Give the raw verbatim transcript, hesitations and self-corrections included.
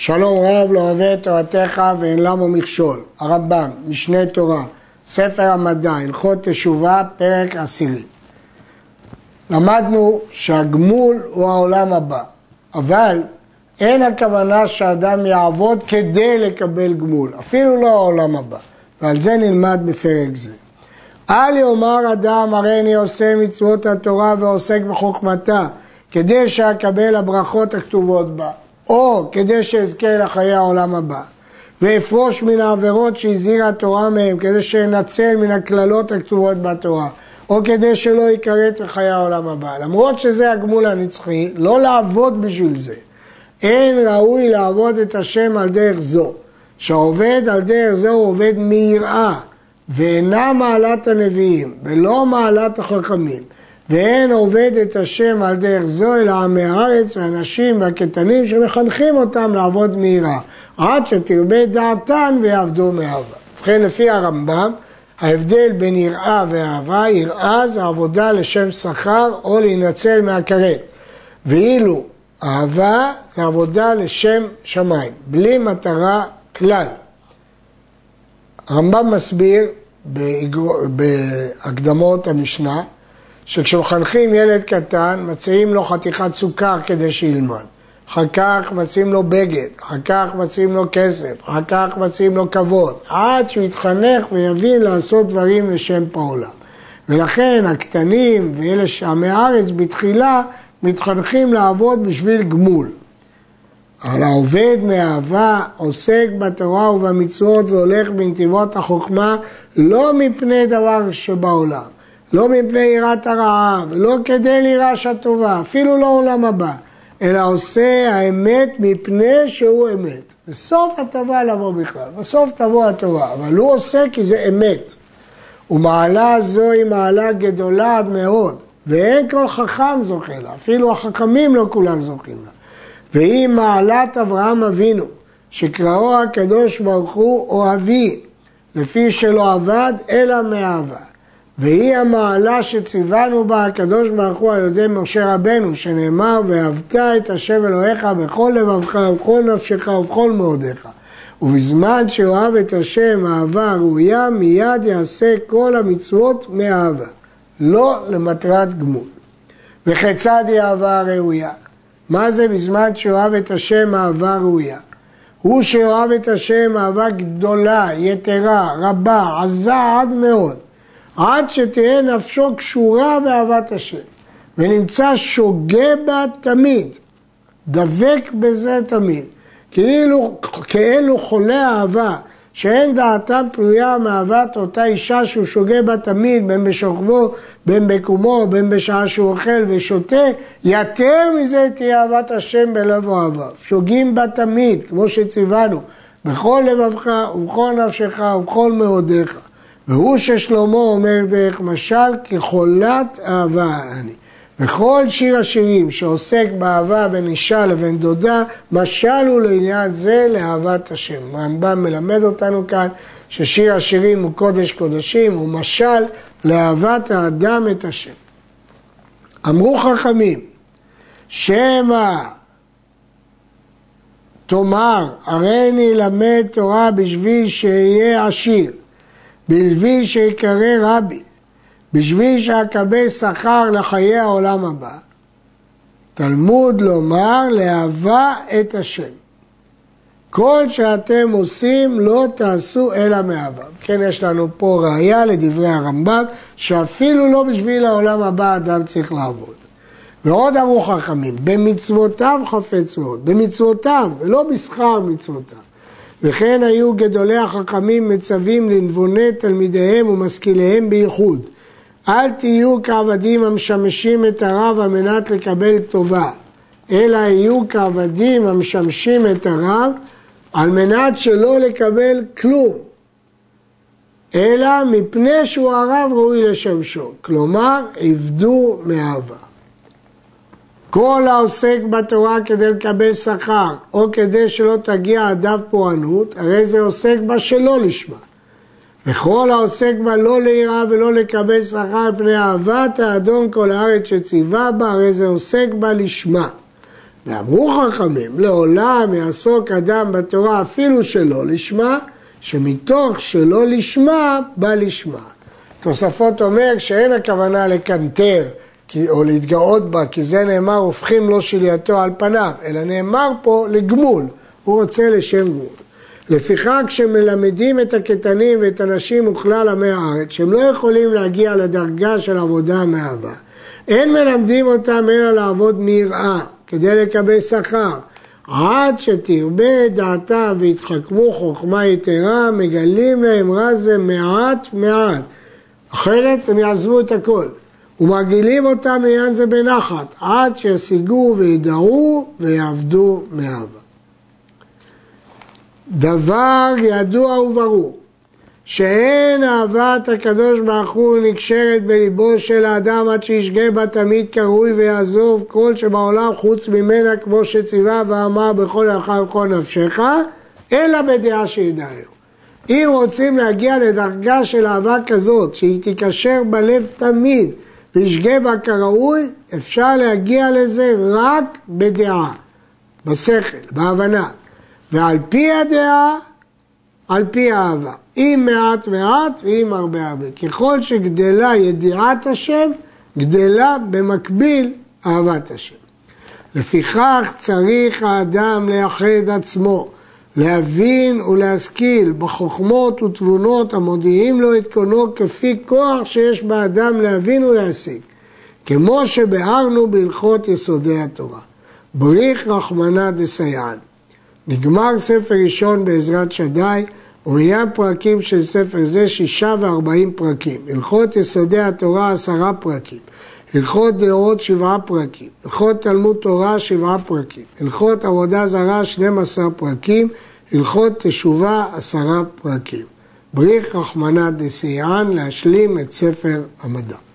שלום רב לא אוהב את תורתך ואין למו מכשול. הרמב"ם, משנה תורה, ספר המדע, הלכות תשובה, פרק עשירי. למדנו שהגמול הוא העולם הבא, אבל אין הכוונה שאדם יעבוד כדי לקבל גמול, אפילו לא העולם הבא, ועל זה נלמד בפרק זה. אל יאמר אדם הרי אני עושה מצוות התורה ועוסק בחוכמתה, כדי שאקבל הברכות הכתובות בה, או כדי שאזכה לחיי העולם הבא, ואפרוש מן העבירות שהזהירה התורה מהם, כדי שאנצל מן הכללות הכתובות בתורה, או כדי שלא יקראת לחיי העולם הבא. למרות שזה הגמול הנצחי, לא לעבוד בשביל זה. אין ראוי לעבוד את השם על דרך זו. שהעובד על דרך זו הוא עובד מיראה, ואינה מעלת הנביאים, ולא מעלת החכמים. ואין עובד את השם על דרך זו, אלא עמי הארץ והאנשים והקטנים שמחנכים אותם לעבוד מיראה, עד שתרבה דעתן ויעבדו מאהבה. ובכן, לפי הרמב"ם, ההבדל בין יראה ואהבה, יראה זה עבודה לשם שכר או להינצל מהכרת. ואילו אהבה זה עבודה לשם שמיים, בלי מטרה כלל. הרמב"ם מסביר בהקדמות המשנה, שכשמחנכים ילד קטן, מציעים לו חתיכת סוכר כדי שילמד. אחר כך מציעים לו בגד, אחר כך מציעים לו כסף, אחר כך מציעים לו כבוד, עד שהוא יתחנך ויבין לעשות דברים לשם פעולה. ולכן הקטנים ואלה שעמי הארץ בתחילה מתחנכים לעבוד בשביל גמול. אבל העובד מאהבה עוסק בתורה ובמצוות והולך בנתיבות החוכמה לא מפני דבר שבעולם, לא מפני יראת הרעה ולא כדי לירש הטובה, אפילו לא עולם הבא, אלא עושה האמת מפני שהוא אמת. בסוף הטובה לבוא בכלל, בסוף תבוא הטובה, אבל הוא עושה כי זה אמת. ומעלה זו היא מעלה גדולה עד מאוד, ואין כל חכם זוכה לה, אפילו החכמים לא כולם זוכים לה. והיא מעלת אברהם אבינו, שקראו הקדוש ברוך הוא אוהבי, לפי שלא עבד אלא מאהבה. והיא המעלה שציוונו בה הקדוש ברוך הוא על ידי משה רבנו, שנאמר ואהבת את השם אלוהיך בכל לבבך ובכל נפשך ובכל מאודיך. ובזמן שאוהב את השם אהבה ראויה, מיד יעשה כל המצוות מאהבה, לא למטרת גמול. וכיצד היא אהבה ראויה? מה זה בזמן שאוהב את השם אהבה ראויה? הוא שאוהב את השם אהבה גדולה, יתרה, רבה, עזה עד מאוד, עד שתהיה נפשו קשורה באהבת השם, ונמצא שוגה בה תמיד, דבק בזה תמיד, כאילו, כאלו חולה אהבה, שאין דעתם פנויה מאהבת אותה אישה שהוא שוגה בה תמיד, בין בשוכבו, בין בקומו, בין בשעה שהוא אוכל ושותה, יותר מזה תהיה אהבת השם בלב אוהביו. שוגים בה תמיד, כמו שציוונו, בכל לבבך ובכל נפשך ובכל מאודיך. והוא ששלמה אומר דרך משל כחולת אהבה אני. וכל שיר השירים שעוסק באהבה בין אישה לבין דודה, משל הוא לעניין זה לאהבת השם. הרמב"ם מלמד אותנו כאן ששיר השירים הוא קודש קודשים, הוא משל לאהבת האדם את השם. אמרו חכמים, שמא תאמר, הרי אני למד תורה בשביל שיהיה עשיר, בשביל שיקרא רבי, בשביל שאקבל שכר לחיי העולם הבא. תלמוד לומר לאהבה את השם. כל שאתם עושים לא תעשו אלא מאהבה. כן, יש לנו פה ראיה לדברי הרמב"ם, שאפילו לא בשביל העולם הבא אדם צריך לעבוד. ועוד אמרו חכמים, במצוותיו חפץ מאוד, במצוותיו ולא בשכר מצוותיו. וכן היו גדולי החכמים מצווים לנבוני תלמידיהם ומשכיליהם בייחוד. אל תהיו כעבדים המשמשים את הרב על מנת לקבל טובה, אלא יהיו כעבדים המשמשים את הרב על מנת שלא לקבל כלום, אלא מפני שהוא הרב ראוי לשמשו, כלומר עבדו מאהבה. כל העוסק בתורה כדי לקבל שכר, או כדי שלא תגיע עדיו פורענות, הרי זה עוסק בה שלא לשמה. וכל העוסק בה לא ליראה ולא לקבל שכר פני אהבת האדון כל הארץ שציווה בה, הרי זה עוסק בה לשמה. ואמרו חכמים, לעולם יעסוק אדם בתורה אפילו שלא לשמה, שמתוך שלא לשמה בא לשמה. תוספות אומר שאין הכוונה לקנטר או להתגאות בה, כי זה נאמר הופכים לו שלייתו על פניו, אלא נאמר פה לגמול, הוא רוצה לשם גמול. לפיכך כשמלמדים את הקטנים ואת הנשים וכלל עמי הארץ, שהם לא יכולים להגיע לדרגה של עבודה מאהבה, אין מלמדים אותם אלא לעבוד מיראה, כדי לקבל שכר, עד שתרבה דעתם והתחכמו חוכמה יתרה, מגלים להם רע זה מעט מעט, אחרת הם יעזבו את הכל. ומרגילים אותם לעניין זה בנחת, עד שישיגו וידעו ויעבדו מאהבה. דבר ידוע וברור, שאין אהבת הקדוש ברוך הוא נקשרת בליבו של האדם עד שישגה בה תמיד קרוי ויעזוב כל שבעולם חוץ ממנה, כמו שציווה ואמר בכל הלכה ובכל נפשך, אלא בדעה שידעהו. אם רוצים להגיע לדרגה של אהבה כזאת, שהיא תיקשר בלב תמיד וישגה בה כראוי, אפשר להגיע לזה רק בדעה, בשכל, בהבנה. ועל פי הדעה, על פי האהבה. אם מעט מעט ואם הרבה הרבה. ככל שגדלה ידיעת השם, גדלה במקביל אהבת השם. לפיכך צריך האדם לייחד עצמו, להבין ולהשכיל בחוכמות ותבונות המודיעים לו את קונו כפי כוח שיש באדם להבין ולהשיג. כמו שבהרנו בהלכות יסודי התורה. בריך רחמנא דסייען. נגמר ספר ראשון בעזרת שדי, ומניין פרקים של ספר זה שישה וארבעים פרקים. הלכות יסודי התורה עשרה פרקים. הלכות דעות שבעה פרקים. הלכות תלמוד תורה שבעה פרקים. הלכות עבודה זרה שנים עשר פרקים. הלכות תשובה עשרה פרקים. בריך רחמנא דסייען להשלים את ספר המדע.